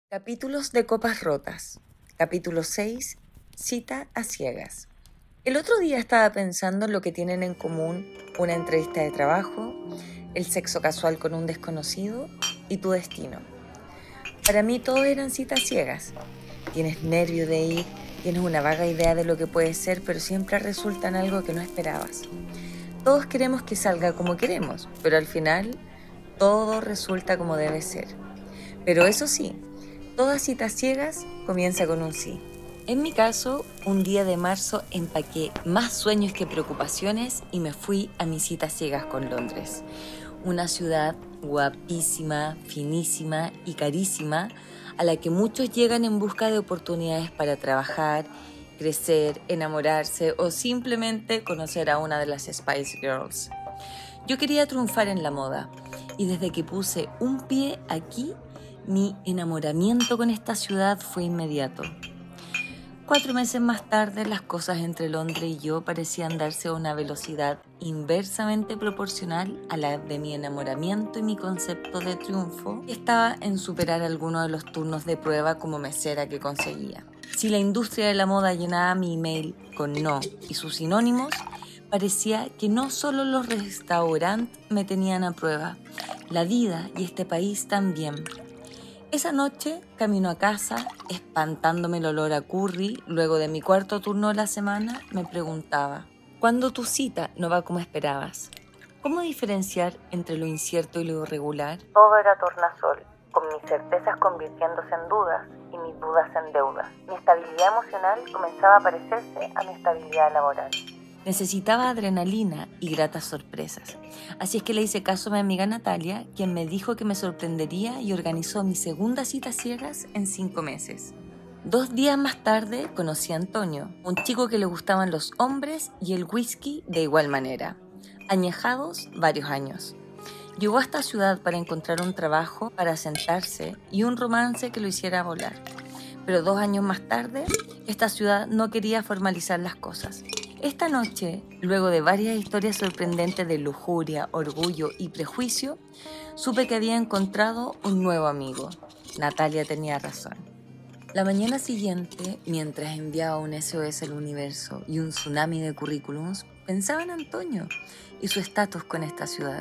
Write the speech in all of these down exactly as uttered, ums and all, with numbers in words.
Capítulos de Copas Rotas. Capítulo seis. Cita a ciegas. El otro día estaba pensando en lo que tienen en común una entrevista de trabajo, el sexo casual con un desconocido y tu destino. Para mí todo eran citas ciegas. Tienes nervio de ir, tienes una vaga idea de lo que puede ser, pero siempre resulta en algo que no esperabas. Todos queremos que salga como queremos, pero al final todo resulta como debe ser. Pero eso sí, toda cita ciegas comienza con un sí. En mi caso, un día de marzo empaqué más sueños que preocupaciones y me fui a mis citas ciegas con Londres. Una ciudad guapísima, finísima y carísima, a la que muchos llegan en busca de oportunidades para trabajar, crecer, enamorarse o simplemente conocer a una de las Spice Girls. Yo quería triunfar en la moda y desde que puse un pie aquí, mi enamoramiento con esta ciudad fue inmediato. Cuatro meses más tarde, las cosas entre Londres y yo parecían darse a una velocidad inversamente proporcional a la de mi enamoramiento y mi concepto de triunfo, que estaba en superar algunos de los turnos de prueba como mesera que conseguía. Si la industria de la moda llenaba mi email con no y sus sinónimos, parecía que no solo los restaurantes me tenían a prueba, la vida y este país también. Esa noche, camino a casa, espantándome el olor a curry, luego de mi cuarto turno de la semana, me preguntaba, ¿cuándo tu cita no va como esperabas? ¿Cómo diferenciar entre lo incierto y lo irregular? Todo era tornasol, con mis certezas convirtiéndose en dudas y mis dudas en deudas. Mi estabilidad emocional comenzaba a parecerse a mi estabilidad laboral. Necesitaba adrenalina y gratas sorpresas. Así es que le hice caso a mi amiga Natalia, quien me dijo que me sorprendería y organizó mi segunda cita ciegas en cinco meses. Dos días más tarde conocí a Antonio, un chico que le gustaban los hombres y el whisky de igual manera. Añejados varios años. Llegó a esta ciudad para encontrar un trabajo, para sentarse y un romance que lo hiciera volar. Pero dos años más tarde, esta ciudad no quería formalizar las cosas. Esta noche, luego de varias historias sorprendentes de lujuria, orgullo y prejuicio, supe que había encontrado un nuevo amigo. Natalia tenía razón. La mañana siguiente, mientras enviaba un S O S al universo y un tsunami de currículums, pensaba en Antonio y su estatus con esta ciudad.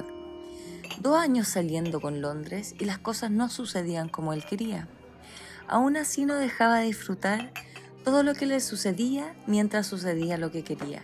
Dos años saliendo con Londres y las cosas no sucedían como él quería. Aún así no dejaba de disfrutar todo lo que le sucedía mientras sucedía lo que quería.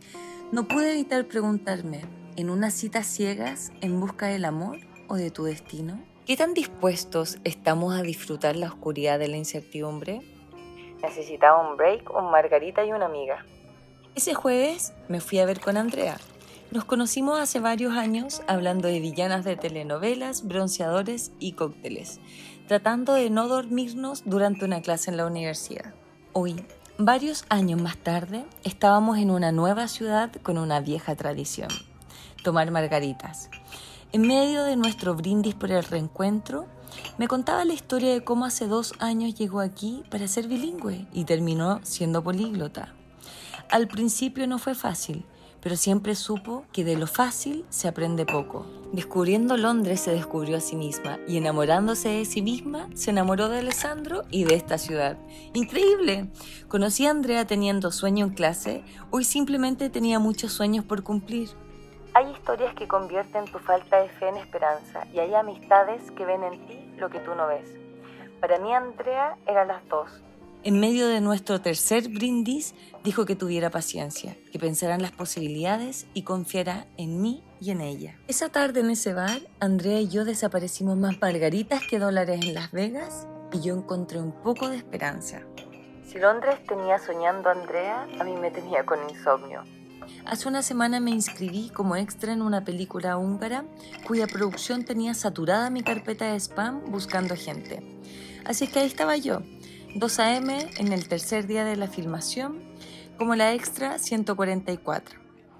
No pude evitar preguntarme, ¿en unas citas ciegas en busca del amor o de tu destino? ¿Qué tan dispuestos estamos a disfrutar la oscuridad de la incertidumbre? Necesitaba un break, un margarita y una amiga. Ese jueves me fui a ver con Andrea. Nos conocimos hace varios años hablando de villanas de telenovelas, bronceadores y cócteles, tratando de no dormirnos durante una clase en la universidad. Hoy, varios años más tarde, estábamos en una nueva ciudad con una vieja tradición, tomar margaritas. En medio de nuestro brindis por el reencuentro, me contaba la historia de cómo hace dos años llegó aquí para ser bilingüe y terminó siendo políglota. Al principio no fue fácil, pero siempre supo que de lo fácil se aprende poco. Descubriendo Londres se descubrió a sí misma y enamorándose de sí misma se enamoró de Alessandro y de esta ciudad. ¡Increíble! Conocí a Andrea teniendo sueño en clase, hoy simplemente tenía muchos sueños por cumplir. Hay historias que convierten tu falta de fe en esperanza y hay amistades que ven en ti lo que tú no ves. Para mí Andrea eran las dos. En medio de nuestro tercer brindis, dijo que tuviera paciencia, que pensara en las posibilidades y confiara en mí y en ella. Esa tarde en ese bar, Andrea y yo desaparecimos más margaritas que dólares en Las Vegas y yo encontré un poco de esperanza. Si Londres tenía soñando a Andrea, a mí me tenía con insomnio. Hace una semana me inscribí como extra en una película húngara cuya producción tenía saturada mi carpeta de spam buscando gente. Así es que ahí estaba yo, dos a eme en el tercer día de la filmación, como la extra ciento cuarenta y cuatro,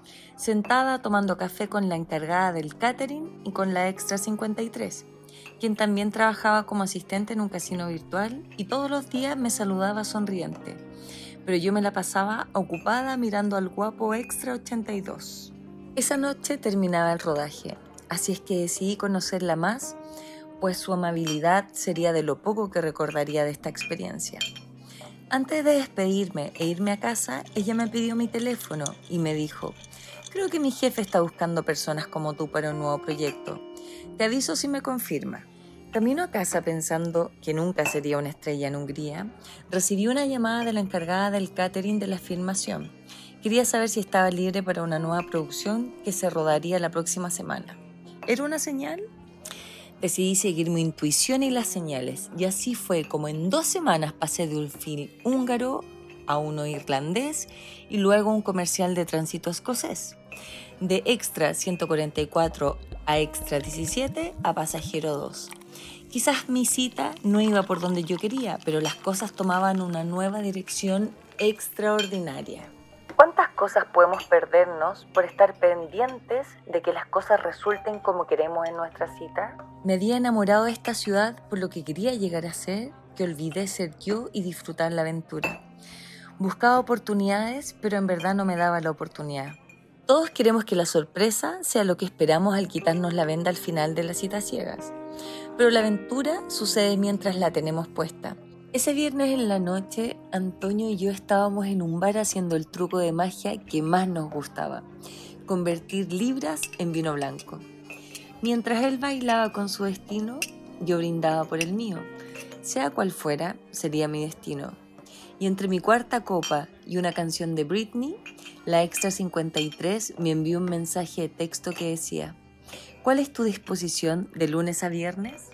sentada tomando café con la encargada del catering y con la extra cincuenta y tres, quien también trabajaba como asistente en un casino virtual y todos los días me saludaba sonriente, pero yo me la pasaba ocupada mirando al guapo extra ochenta y dos. Esa noche terminaba el rodaje, así es que decidí conocerla más, pues su amabilidad sería de lo poco que recordaría de esta experiencia. Antes de despedirme e irme a casa, ella me pidió mi teléfono y me dijo: creo que mi jefe está buscando personas como tú para un nuevo proyecto. Te aviso si me confirma. Camino a casa pensando que nunca sería una estrella en Hungría, recibí una llamada de la encargada del catering de la filmación. Quería saber si estaba libre para una nueva producción que se rodaría la próxima semana. ¿Era una señal? Decidí seguir mi intuición y las señales, y así fue como en dos semanas pasé de un film húngaro a uno irlandés y luego un comercial de tránsito escocés. De Extra ciento cuarenta y cuatro a Extra diecisiete a Pasajero dos. Quizás mi cita no iba por donde yo quería, pero las cosas tomaban una nueva dirección extraordinaria. ¿Cuántas cosas podemos perdernos por estar pendientes de que las cosas resulten como queremos en nuestra cita? Me había enamorado de esta ciudad por lo que quería llegar a ser, que olvidé ser yo y disfrutar la aventura. Buscaba oportunidades, pero en verdad no me daba la oportunidad. Todos queremos que la sorpresa sea lo que esperamos al quitarnos la venda al final de las citas ciegas. Pero la aventura sucede mientras la tenemos puesta. Ese viernes en la noche, Antonio y yo estábamos en un bar haciendo el truco de magia que más nos gustaba: convertir libras en vino blanco. Mientras él bailaba con su destino, yo brindaba por el mío. Sea cual fuera, sería mi destino. Y entre mi cuarta copa y una canción de Britney, la Extra cincuenta y tres me envió un mensaje de texto que decía: ¿cuál es tu disposición de lunes a viernes?